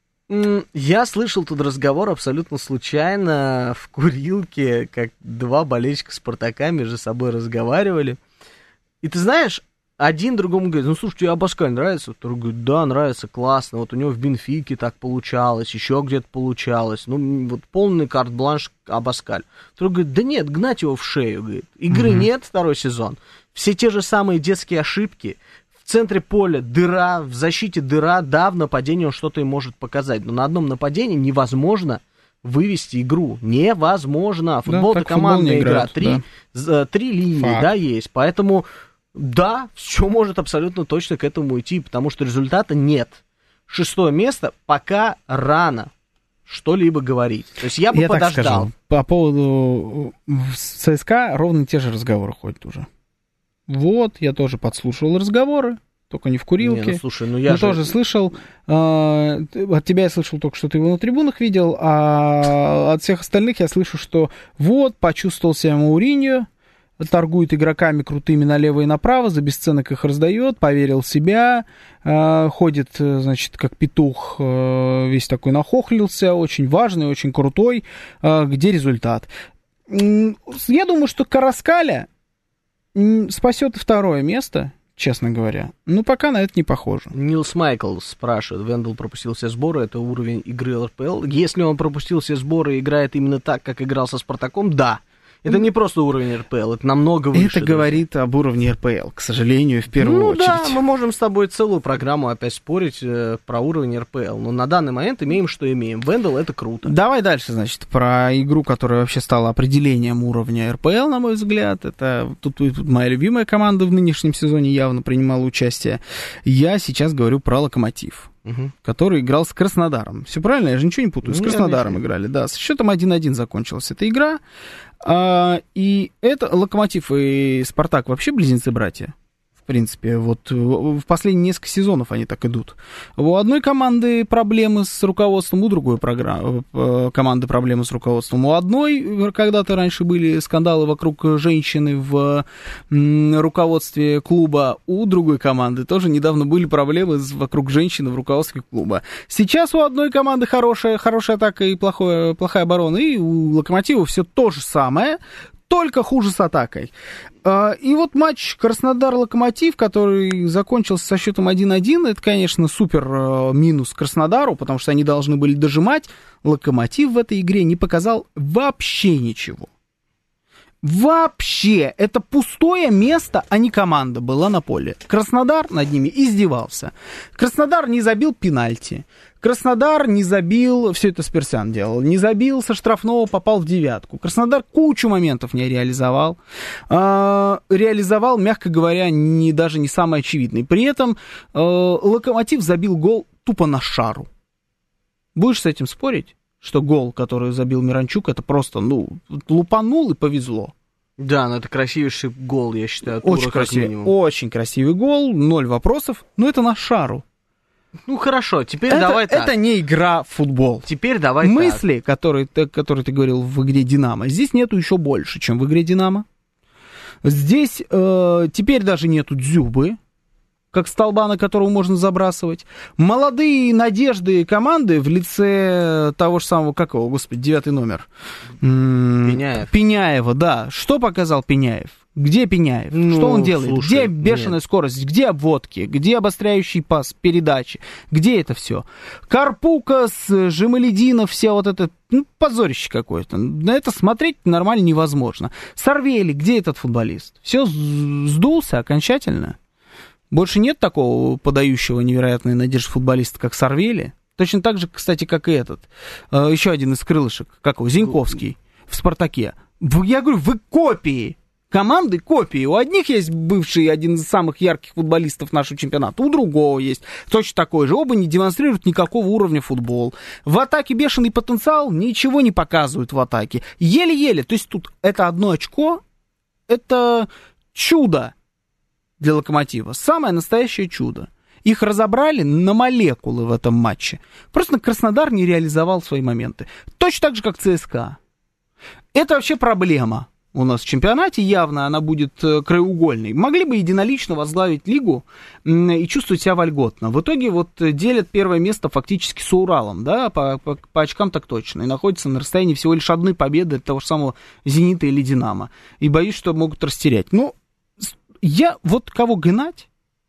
Я слышал тут разговор абсолютно случайно в курилке, как два болельщика «Спартака» между собой разговаривали. И ты знаешь... Один другому говорит, ну, слушай, тебе Абаскаль нравится? Второй говорит, да, нравится, классно. Вот у него в Бенфике так получалось, еще где-то получалось. Ну, вот полный карт-бланш Абаскаль. Второй говорит, да нет, гнать его в шею, говорит. Игры mm-hmm. нет, второй сезон. Все те же самые детские ошибки. В центре поля дыра, в защите дыра, да, в нападении он что-то и может показать. Но на одном нападении невозможно вывести игру. Невозможно. Футбол — это командная игра. Три, да. три линии, Факт. да, есть. Поэтому... Да, все может абсолютно точно к этому идти, потому что результата нет. Шестое место пока рано что-либо говорить. То есть я бы я подождал. Так скажу, по поводу ЦСКА ровно те же разговоры ходят уже. Вот, я тоже подслушивал разговоры, только не в курилке. Не, ну, слушай, ну я Но же... тоже слышал, э, от тебя я слышал только, что ты его на трибунах видел, а от всех остальных я слышу, что вот, почувствовал себя Мауриньо, торгует игроками крутыми налево и направо, за бесценок их раздает, поверил в себя, э, ходит, значит, как петух, э, весь такой нахохлился, очень важный, очень крутой. Э, где результат? Я думаю, что Караскаля спасет второе место, честно говоря. Ну, пока на это не похоже. Нилс Майкл спрашивает, Вендел пропустил все сборы, это уровень игры эр пэ эл. Если он пропустил все сборы и играет именно так, как играл со Спартаком, да. Это не просто уровень эр пэ эл, это намного выше. Это говорит об уровне эр пэ эл, к сожалению, в первую ну, очередь. Ну да, мы можем с тобой целую программу опять спорить э, про уровень эр пэ эл, но на данный момент имеем, что имеем. Вендел — это круто. Давай дальше, значит, про игру, которая вообще стала определением уровня эр пэ эл, на мой взгляд. Это тут, тут моя любимая команда в нынешнем сезоне явно принимала участие. Я сейчас говорю про Локомотив. Угу. Который играл с Краснодаром. Все правильно? Я же ничего не путаю. С не Краснодаром объясни. Играли, да. С счетом один-один закончилась эта игра. А, и это Локомотив и Спартак вообще близнецы-братья. В принципе, вот в последние несколько сезонов они так идут. У одной команды проблемы с руководством, у другой программы, команды проблемы с руководством. У одной когда-то раньше были скандалы вокруг женщины в руководстве клуба, у другой команды тоже недавно были проблемы вокруг женщины в руководстве клуба. Сейчас у одной команды хорошая, хорошая атака и плохое, плохая оборона, и у Локомотива все то же самое, только хуже с атакой. И вот матч Краснодар-Локомотив, который закончился со счетом один-один, это, конечно, супер минус Краснодару, потому что они должны были дожимать. Локомотив в этой игре не показал вообще ничего. Вообще, это пустое место, а не команда была на поле. Краснодар над ними издевался. Краснодар не забил пенальти. Краснодар не забил, все это Сперсян делал, не забил со штрафного, попал в девятку. Краснодар кучу моментов не реализовал. Э, реализовал, мягко говоря, не, даже не самый очевидный. При этом э, Локомотив забил гол тупо на шару. Будешь с этим спорить? Что гол, который забил Миранчук, это просто, ну, лупанул и повезло. Да, но это красивейший гол, я считаю. Очень красивый, очень красивый гол, ноль вопросов, но это на шару. Ну хорошо, теперь это, давай так. Это не игра в футбол. Теперь давай Мысли, так. которые, которые ты говорил в игре «Динамо», здесь нету еще больше, чем в игре «Динамо». Здесь э, теперь даже нету Дзюбы, как столба, на которого можно забрасывать. Молодые надежды команды в лице того же самого, как его, господи, девятый номер. Пеняев. Пеняева, да. Что показал Пеняев? Где Пеняев? Ну, что он делает? слушай, где бешеная нет. скорость? Где обводки? Где обостряющий пас, передачи? Где это все? Карпукас, Жемалединов, все вот это, ну, позорище какое-то. На это смотреть нормально невозможно. Сарвели, где этот футболист? Все сдулся окончательно. Больше нет такого подающего невероятной надежды футболиста, как Сарвели. Точно так же, кстати, как и этот. Еще один из крылышек, как его, Зиньковский в «Спартаке». Я говорю, вы копии. Команды копии. У одних есть бывший один из самых ярких футболистов нашего чемпионата, у другого есть точно такой же. Оба не демонстрируют никакого уровня футбол. В атаке бешеный потенциал, ничего не показывают в атаке. Еле-еле. То есть тут это одно очко, это чудо для Локомотива. Самое настоящее чудо. Их разобрали на молекулы в этом матче. Просто Краснодар не реализовал свои моменты. Точно так же, как ЦСКА. Это вообще проблема у нас в чемпионате. Явно она будет краеугольной. Могли бы единолично возглавить лигу и чувствовать себя вольготно. В итоге вот делят первое место фактически с Уралом. Да? По, по, по очкам так точно. И находятся на расстоянии всего лишь одной победы от того же самого «Зенита» или «Динамо». И боюсь, что могут растерять. Ну, я вот кого гнать,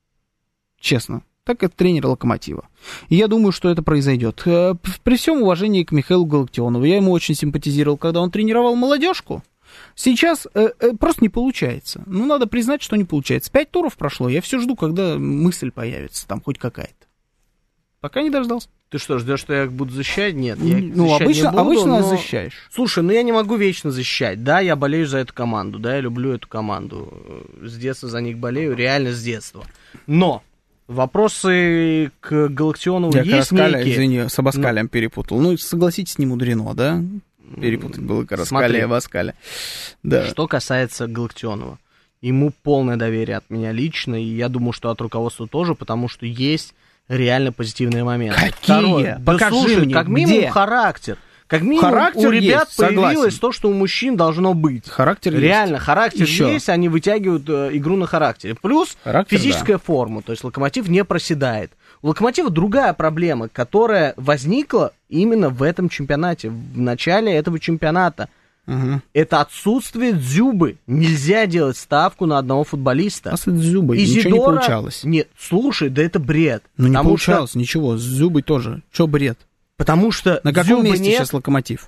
честно, так это тренер Локомотива. И я думаю, что это произойдет. При всем уважении к Михаилу Галактионову, я ему очень симпатизировал, когда он тренировал молодежку. Сейчас э, э, просто не получается. Ну, надо признать, что не получается. Пять туров прошло, я все жду, когда мысль появится, там хоть какая-то. Пока не дождался. Ты что, ждешь, что я буду защищать? Нет, я ну, обычно, не буду, обычно но... защищаешь. Слушай, ну я не могу вечно защищать. Да, я болею за эту команду, да, я люблю эту команду. С детства за них болею, реально с детства. Но вопросы к Галактионову я есть Караскаля, некие? извини, с Абаскалем ну... перепутал. Ну, согласитесь, не мудрено, да? Перепутать было Караскаля и Абаскаля. Да. Что касается Галактионова, ему полное доверие от меня лично, и я думаю, что от руководства тоже, потому что есть реально позитивные моменты. Какие? Второе, Покажи да, слушай, мне, как минимум где? характер. Как минимум характер у ребят есть, появилось согласен. то, что у мужчин должно быть. Характер реально, есть. характер Еще. есть, они вытягивают э, игру на характере. Плюс характер, физическая да. форма, то есть Локомотив не проседает. У Локомотива другая проблема, которая возникла именно в этом чемпионате, в начале этого чемпионата. Угу. Это отсутствие Дзюбы. Нельзя делать ставку на одного футболиста. А с Дзюбой Изидора... ничего не получалось. Нет, слушай, да это бред. Ну не потому получалось что... ничего, с Дзюбой тоже. Че бред? Потому что на каком Дзюбы месте нет... сейчас Локомотив?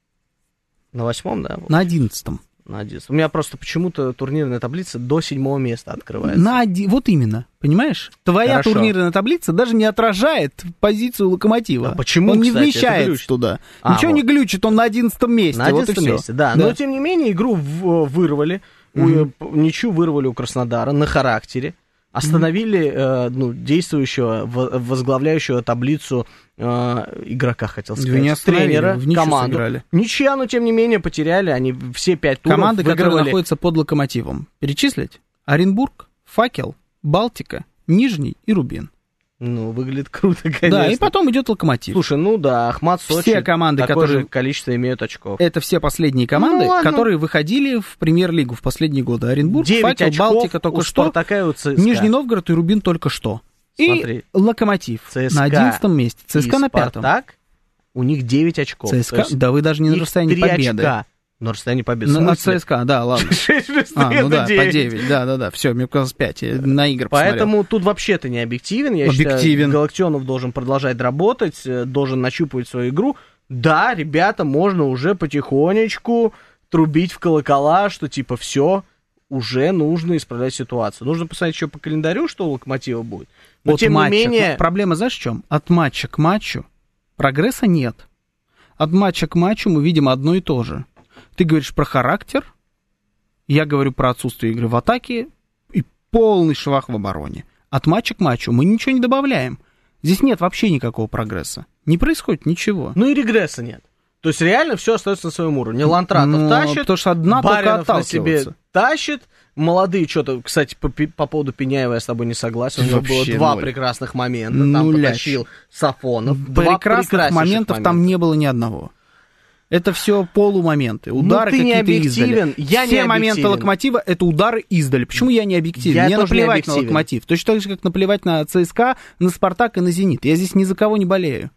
На восьмом, да? На одиннадцатом. На одиннадцатом. У меня просто почему-то турнирная таблица до седьмого места открывается. На оди... Вот именно, понимаешь? Твоя Хорошо. турнирная таблица даже не отражает позицию Локомотива. А почему, он не кстати, вмещается туда. А, Ничего вот. не глючит, он на одиннадцатом месте. На одиннадцатом вот месте, да. да. Но, тем не менее, игру в- вырвали. Mm-hmm. У, ничью вырвали у Краснодара на характере. Остановили mm-hmm. э, ну, действующего, возглавляющего таблицу э, игрока, хотел сказать, не тренера, в команду. Сыграли. Ничья, но тем не менее потеряли. Они все пять туров команды, выигрывали. которые находятся под Локомотивом. Перечислить? Оренбург, Факел, Балтика, Нижний и Рубин. Ну, выглядит круто, конечно. Да, и потом идет Локомотив. Слушай, ну да, Ахмат, Сочи, все команды, такое которые... же количество имеют очков. Это все последние команды, ну, которые выходили в премьер-лигу в последние годы. Оренбург, Факел, очков Балтика только у что, Спартака и у ЦСКА. Нижний Новгород и Рубин только что. Смотри. И Локомотив ЦСКА на одиннадцатом месте, ЦСКА и на пятом. Спартак, у них девять очков. ЦСКА, да вы даже не на расстоянии победы. Очка. На расстоянии победы. На, на ЦСКА, да, ладно. шесть А, ну да, по девять, да-да-да, все, мне показалось пять, я на игры Поэтому посмотрел. Тут вообще ты не объективен, я объективен. считаю, Галактионов должен продолжать работать, должен нащупывать свою игру. Да, ребята, можно уже потихонечку трубить в колокола, что типа все, уже нужно исправлять ситуацию. Нужно посмотреть еще по календарю, что у Локомотива будет. Но От тем матча, не менее... Проблема, знаешь, в чем? От матча к матчу прогресса нет. От матча к матчу мы видим одно и то же. Ты говоришь про характер, я говорю про отсутствие игры в атаке и полный швах в обороне. От матча к матчу мы ничего не добавляем. Здесь нет вообще никакого прогресса. Не происходит ничего. Ну и регресса нет. То есть реально все остается на своем уровне. Лантратов ну, тащит, потому что одна Баринов только на себе тащит. Молодые что-то, кстати, по, по поводу Пеняева я с тобой не согласен. У него было два ноль. прекрасных момента. Там Нуляч. потащил Сафонов. Прекрасных моментов момента. там не было ни одного. Это все полумоменты, удары ну, ты какие-то не издали. Я все не моменты Локомотива — это удары издали. Почему я не объективен? Я Мне наплевать не на Локомотив. Точно так же, как наплевать на ЦСКА, на Спартак и на Зенит. Я здесь ни за кого не болею.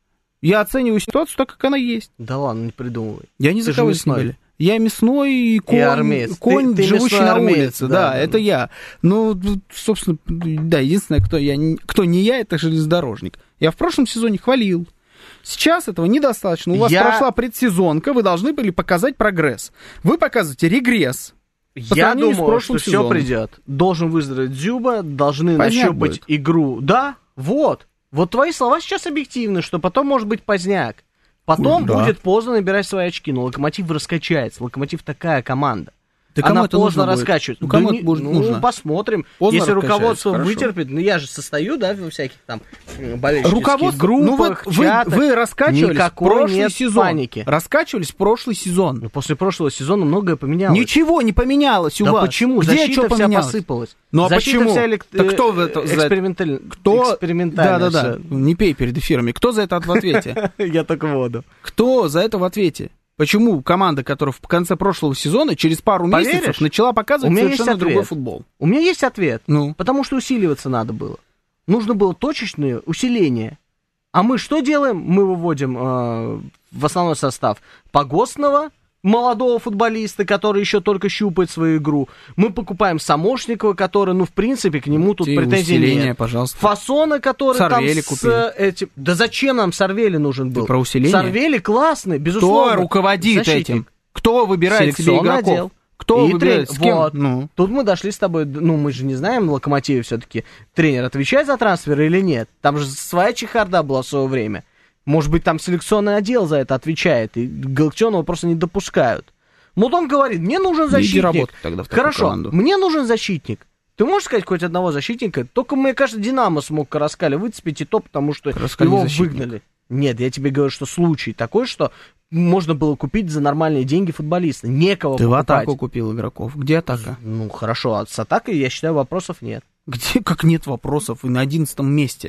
Я оцениваю ситуацию так, как она есть. Да ладно, не придумывай. Я ни за ты кого здесь не болею. Я мясной конь, и армеец. конь ты, ты живущий на армеец, улице. Да, Да, да, это да. я. Ну, собственно, да, единственное, кто, я, кто не я, это железнодорожник. Я в прошлом сезоне хвалил. Сейчас этого недостаточно. У вас я... прошла предсезонка, вы должны были показать прогресс. Вы показываете регресс. Я думаю, что все сезоном. придет. Должен выздороветь Дзюба, должны Поздняк нащупать будет. игру. Да, вот. Вот твои слова сейчас объективны, что потом может быть поздняк. Потом да. будет поздно набирать свои очки. Но Локомотив раскачается. Локомотив такая команда. Да кому Она это поздно нужно раскачивается. Ну, кому да это не, будет ну, нужно? посмотрим. Поздно Если руководство хорошо. вытерпит, ну я же состою, да, во всяких там болельщических Руководство, группах, ну вот вы, чатах. вы раскачивались Никакой в прошлый нет сезон. паники. Раскачивались в прошлый сезон. Но после прошлого сезона многое поменялось. Ничего не поменялось у да вас. почему? Где Защита что вся поменялось? посыпалась. Ну а Защита почему? Вся элект... Так кто в это, за эксперименталь... кто... экспериментально? Да-да-да, не пей перед эфирами. Кто за это в ответе? Я только воду. Кто за это в ответе? Почему команда, которая в конце прошлого сезона через пару Поверишь? месяцев начала показывать У меня совершенно есть другой ответ. футбол? У меня есть ответ. Ну? Потому что усиливаться надо было. Нужно было точечное усиление. А мы что делаем? Мы выводим э, в основной состав Погостного, молодого футболиста, который еще только щупает свою игру. Мы покупаем Самошникова, который, ну, в принципе, к нему тут И претензий усиление, нет. пожалуйста. Фасона, который Сарвели там с купили. этим... Да зачем нам Сарвели нужен был? Ты про усиление? Сарвели классный, безусловно. Кто руководит защитник. этим? Кто выбирает себе Селекционный игроков? отдел. Кто и выбирает? тренер. С кем? Вот. Ну. Тут мы дошли с тобой, ну, мы же не знаем, Локомотиве все-таки тренер отвечает за трансферы или нет. Там же своя чехарда была в свое время. Может быть, там селекционный отдел за это отвечает, и Галактионова просто не допускают. Вот он говорит, мне нужен защитник. Тогда в Хорошо, команду. мне нужен защитник. Ты можешь сказать хоть одного защитника? Только, мне кажется, Динамо смог Караскаля выцепить, и то потому, что Караскаль его защитник. выгнали. Нет, я тебе говорю, что случай такой, что можно было купить за нормальные деньги футболиста. Некого Ты покупать. в атаку купил игроков. Где атака? Ну, хорошо, а с атакой, я считаю, вопросов нет. Где, как нет вопросов? И на одиннадцатом месте.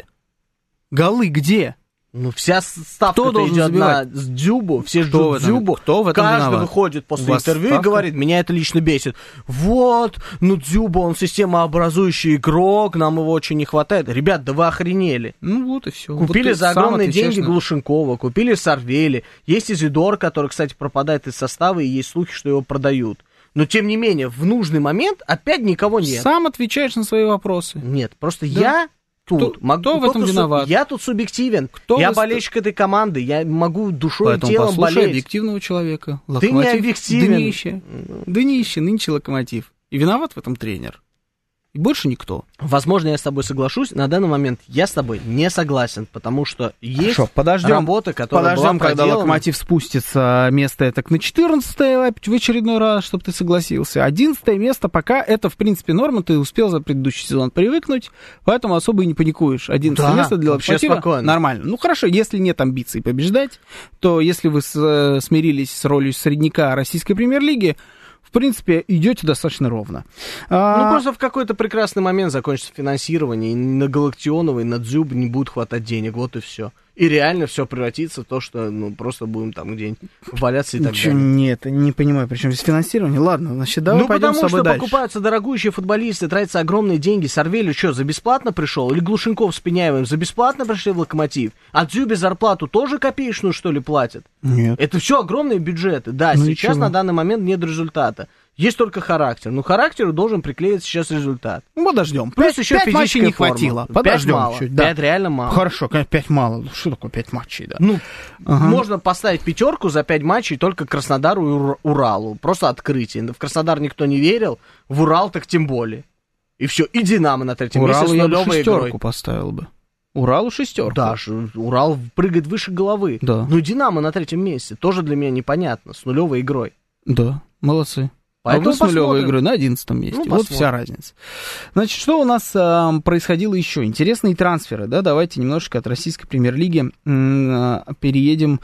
Голы где? Ну, вся ставка должен идет забивать? на Дзюбу, все Кто ждут в этом- Дзюбу. кто в этом Каждый виноват? выходит У после вас интервью ставка? и говорит, меня это лично бесит. Вот, ну Дзюба, он системообразующий игрок, нам его очень не хватает. Ребят, да вы охренели. Ну вот и все. Купили вот за сам огромные отвечаешь деньги на- Глушенкова, купили Сарвели. Есть Изидор, который, кстати, пропадает из состава, и есть слухи, что его продают. Но, тем не менее, в нужный момент опять никого нет. Сам отвечаешь на свои вопросы. Нет, просто Да. я тут Кто- могу... кто в этом только су- виноват? Я тут субъективен. Кто я вы- болельщик этой команды, я могу душой Поэтому и телом послушай болеть. объективного человека. Ты не Локомотив объективен. Днище. Днище, нынче Локомотив. И виноват в этом тренер. И больше никто. Возможно, я с тобой соглашусь. На данный момент я с тобой не согласен, потому что есть Хорошо, подождем, работа, которая подождем, была когда проделана. Локомотив спустится место так на четырнадцатое в очередной раз, чтобы ты согласился. одиннадцатое место пока это, в принципе, норма. Ты успел за предыдущий сезон привыкнуть, поэтому особо и не паникуешь. одиннадцатое Да, место для вообще Локомотива спокойно. нормально. Ну хорошо, если нет амбиций побеждать, то если вы с- смирились с ролью средняка российской премьер-лиги, в принципе, идете достаточно ровно. Ну, А, просто в какой-то прекрасный момент закончится финансирование, и на Галактионова, и на Дзюб не будет хватать денег, вот и все. И реально все превратится в то, что, ну, просто будем там где-нибудь валяться и так Ничего, далее. нет, не понимаю, причем здесь финансирование. Ладно, значит, давай Ну, пойдем с потому тобой что дальше. покупаются дорогущие футболисты, тратятся огромные деньги. Сарвели что, за бесплатно пришел? Или Глушенков с Пеняевым за бесплатно пришли в Локомотив? А Дзюбе зарплату тоже копеечную, что ли, платят? Нет. Это все огромные бюджеты. Да, Ну, сейчас ничего. на данный момент нет результата. Есть только характер. Но характеру должен приклеиться сейчас результат. Ну, подождем. Плюс Пять, еще пять матчей физическая не форма. хватило. Пять Подождем мало. чуть. Да. Пять реально мало. Хорошо, конечно, пять мало. Что такое пять матчей, да? Ну, Ага. можно поставить пятерку за пять матчей только Краснодару и Ур- Уралу. Просто открытие. В Краснодар никто не верил, в Урал так тем более. И все. И Динамо на третьем месте Уралу с я бы нулевой шестерку игрой. поставил бы. Уралу шестерку. Да, ж- Урал прыгает выше головы. Да. Ну, Динамо на третьем месте. Тоже для меня непонятно. С нулевой игрой. Да, молодцы. Поэтому а вы с нулевой посмотрим. игрой на одиннадцатом месте. Ну, вот посмотрим. вся разница. Значит, что у нас а, происходило еще? Интересные трансферы, да? Давайте немножко от российской премьер-лиги м, а, переедем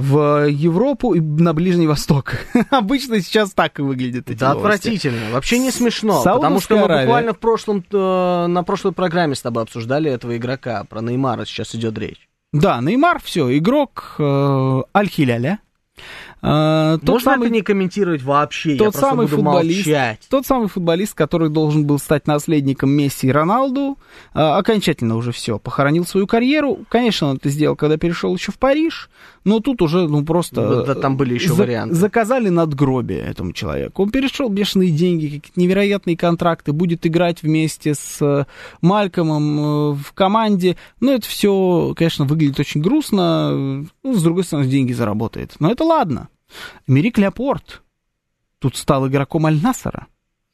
в Европу и на Ближний Восток. Обычно сейчас так и выглядит эти Да, новости. отвратительно. Вообще не смешно. Саудовская Потому что мы Аравия. буквально в прошлом, э, на прошлой программе с тобой обсуждали этого игрока. Про Неймара сейчас идет речь. Да, Неймар, все, игрок э, Аль-Хиляля. Э, тот Можно самый, это не комментировать вообще? Я тот просто самый буду футболист, молчать. тот самый футболист, который должен был стать наследником Месси и Роналду, э, окончательно уже все, похоронил свою карьеру. Конечно, он это сделал, когда перешел еще в Париж, но тут уже, ну, просто... Ну, да, там были еще за- варианты. Заказали надгробие этому человеку. Он перешел, бешеные деньги, какие-то невероятные контракты, будет играть вместе с э, Малькомом э, в команде. Ну, это все, конечно, выглядит очень грустно. Ну, с другой стороны, деньги заработает. Но это ладно. Эмерик Ляпорт тут стал игроком Аль-Нассера.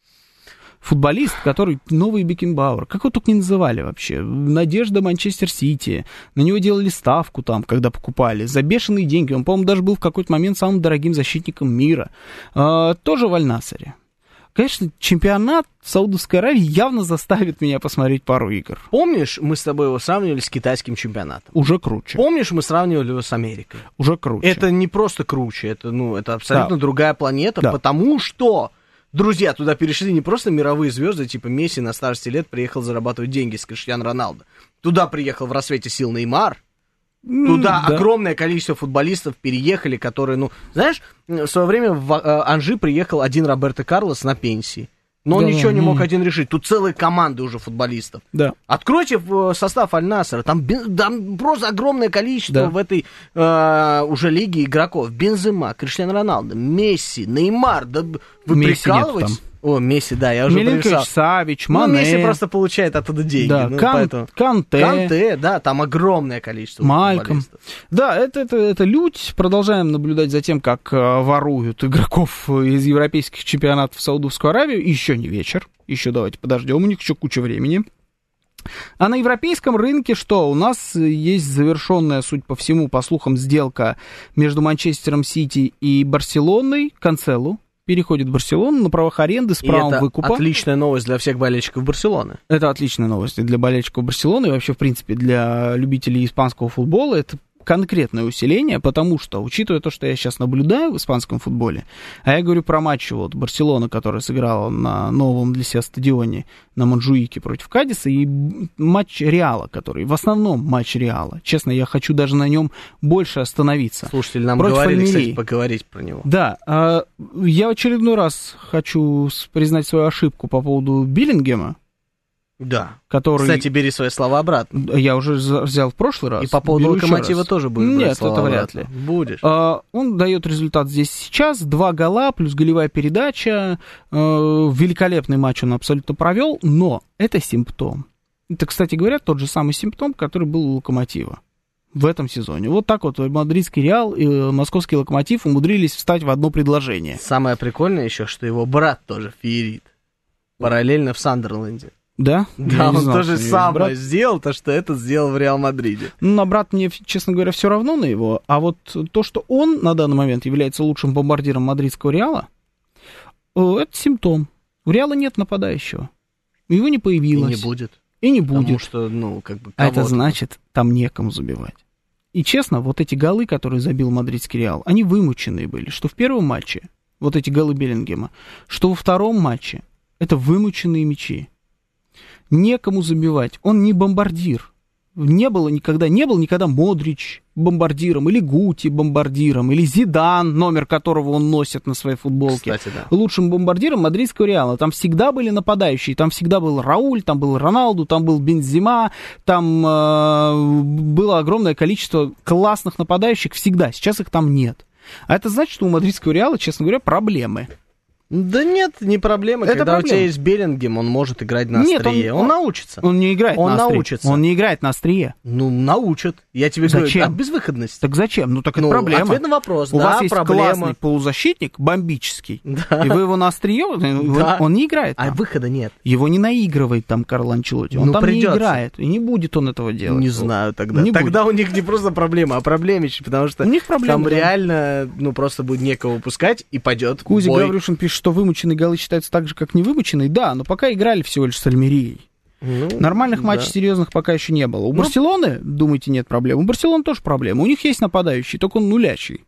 Футболист, который новый Бекенбауэр. Как его только не называли вообще. Надежда Манчестер Сити. На него делали ставку там, когда покупали. За бешеные деньги. Он, по-моему, даже был в какой-то момент самым дорогим защитником мира. А, тоже в Аль-Нассере. Конечно, чемпионат Саудовской Аравии явно заставит меня посмотреть пару игр. Помнишь, мы с тобой его сравнивали с китайским чемпионатом? Уже круче. Помнишь, мы сравнивали его с Америкой? Уже круче. Это не просто круче, это, ну, это абсолютно Да. другая планета, Да. потому что, друзья, туда перешли не просто мировые звезды, типа Месси на старости лет приехал зарабатывать деньги с Криштиану Роналдо. Туда приехал в рассвете сил Неймар. Туда да. огромное количество футболистов переехали, которые, ну, знаешь, в свое время в э, Анжи приехал один Роберто Карлос на пенсии. Но он Да, ничего не м. мог один решить. Тут целые команды уже футболистов. Да. Откройте в- состав Аль-Нассера, там, бен- там просто огромное количество Да. в этой э, уже лиге игроков. Бензема, Криштиану Роналдо, Месси, Неймар, да б- вы Месси нету прикалываетесь? там. О, Месси, да, я уже Милинкович, Савич, Мане. Ну, Месси просто получает оттуда деньги. Да, ну, Кан, поэтому... Канте. Канте, да, там огромное количество Мальком. Да, это, это, это лють. Продолжаем наблюдать за тем, как uh, воруют игроков из европейских чемпионатов в Саудовскую Аравию. Еще не вечер. Еще давайте подождем, у них еще куча времени. А на европейском рынке что? У нас есть завершенная, судя по всему, по слухам, сделка между Манчестером Сити и Барселоной. Канцелу переходит в Барселону на правах аренды с правом и это выкупа. Отличная новость для всех болельщиков Барселоны. Это отличная новость для болельщиков Барселоны и вообще, в принципе, для любителей испанского футбола. Это конкретное усиление, потому что, учитывая то, что я сейчас наблюдаю в испанском футболе, а я говорю про матч вот Барселона, которая сыграла на новом для себя стадионе на Монжуике против Кадиса, и матч Реала, который в основном матч Реала. Честно, я хочу даже на нем больше остановиться. Слушатели нам против говорили, Альмерии. Кстати, поговорить про него. Да, я в очередной раз хочу признать свою ошибку по поводу Биллингема. Да. Который... Кстати, бери свои слова обратно. Я уже взял в прошлый раз. И по поводу Локомотива тоже будешь брать Нет, слова это обратно. вряд ли. Будешь. А, он дает результат здесь сейчас. Два гола плюс голевая передача. А, великолепный матч он абсолютно провел, но это симптом. Это, кстати говоря, тот же самый симптом, который был у Локомотива в этом сезоне. Вот так вот мадридский Реал и московский Локомотив умудрились встать в одно предложение. Самое прикольное еще, что его брат тоже феерит. Параллельно в Сандерленде. Да? Да, он знал, то же самое сделал, то, что это сделал в Реал Мадриде. Ну, на брат мне, честно говоря, все равно на его. А вот то, что он на данный момент является лучшим бомбардиром мадридского Реала, это симптом. У Реала нет нападающего. Его не появилось. И не будет. И не будет. Потому что, ну, как бы... А это значит, там некому забивать. И честно, вот эти голы, которые забил мадридский Реал, они вымученные были. Что в первом матче, вот эти голы Беллингема, что во втором матче, это вымученные мячи. Некому забивать. Он не бомбардир. Не было никогда, не был никогда Модрич бомбардиром, или Гути бомбардиром, или Зидан, номер которого он носит на своей футболке. Кстати, да. Лучшим бомбардиром мадридского Реала. Там всегда были нападающие. Там всегда был Рауль, там был Роналду, там был Бензема, там э, было огромное количество классных нападающих всегда. Сейчас их там нет. А это значит, что у мадридского Реала, честно говоря, проблемы. Да нет, не проблема. Это Когда проблема. У тебя есть Беллингем, он может играть на нет, острие. Он, он научится. Он не играет он на острие. научится. Он не играет на острие. Ну, научат. Я тебе зачем? говорю, от безвыходности. Так зачем? Ну, так это ну, проблема. Ответ на вопрос, У да, вас есть проблема. классный полузащитник, бомбический, да. и вы его на острие, да. он не играет там. А выхода нет. Его не наигрывает там Карло Анчелотти. Он ну, там придется. не играет. И не будет он этого делать. Не знаю тогда. Не тогда будет. у них не просто проблема, а проблемище, потому что у них проблема, там да. реально, ну, просто будет некого выпускать, и пойдет Кузя бой. Гаврюшин пишет, что вымученные голы считаются так же, как невымученные. Да, но пока играли всего лишь с Альмерией. Ну, Нормальных да. матчей серьезных пока еще не было. У ну, Барселоны, думаете, нет проблем? У Барселоны тоже проблема. У них есть нападающий, только он нулячий.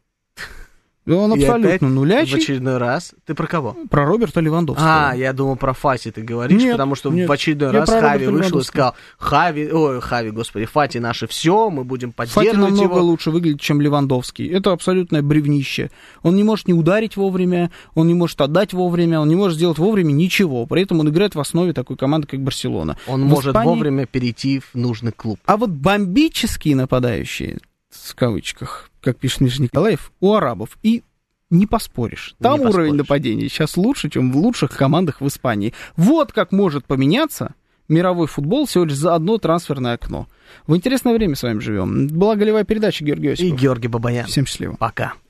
Он абсолютно нулячий. В очередной раз. Ты про кого? Про Роберта Левандовского. А, я думал, про Фати ты говоришь, нет, потому что нет, в очередной раз Хави вышел и сказал, Хави, ой, Хави, господи, Фати наше все, мы будем поддерживать Фати намного его. лучше выглядит, чем Левандовский. Это абсолютное бревнище. Он не может не ударить вовремя, он не может отдать вовремя, он не может сделать вовремя ничего. При этом он играет в основе такой команды, как Барселона. Он в может Испании... вовремя перейти в нужный клуб. А вот бомбические нападающие, в кавычках, как пишет Миша Николаев, у арабов и не поспоришь. Там не уровень поспоришь. нападения сейчас лучше, чем в лучших командах в Испании. Вот как может поменяться мировой футбол всего лишь за одно трансферное окно. В интересное время с вами живем. Была голевая передача, Георгий Осипов. И Георгий Бабаян. Всем счастливо. Пока.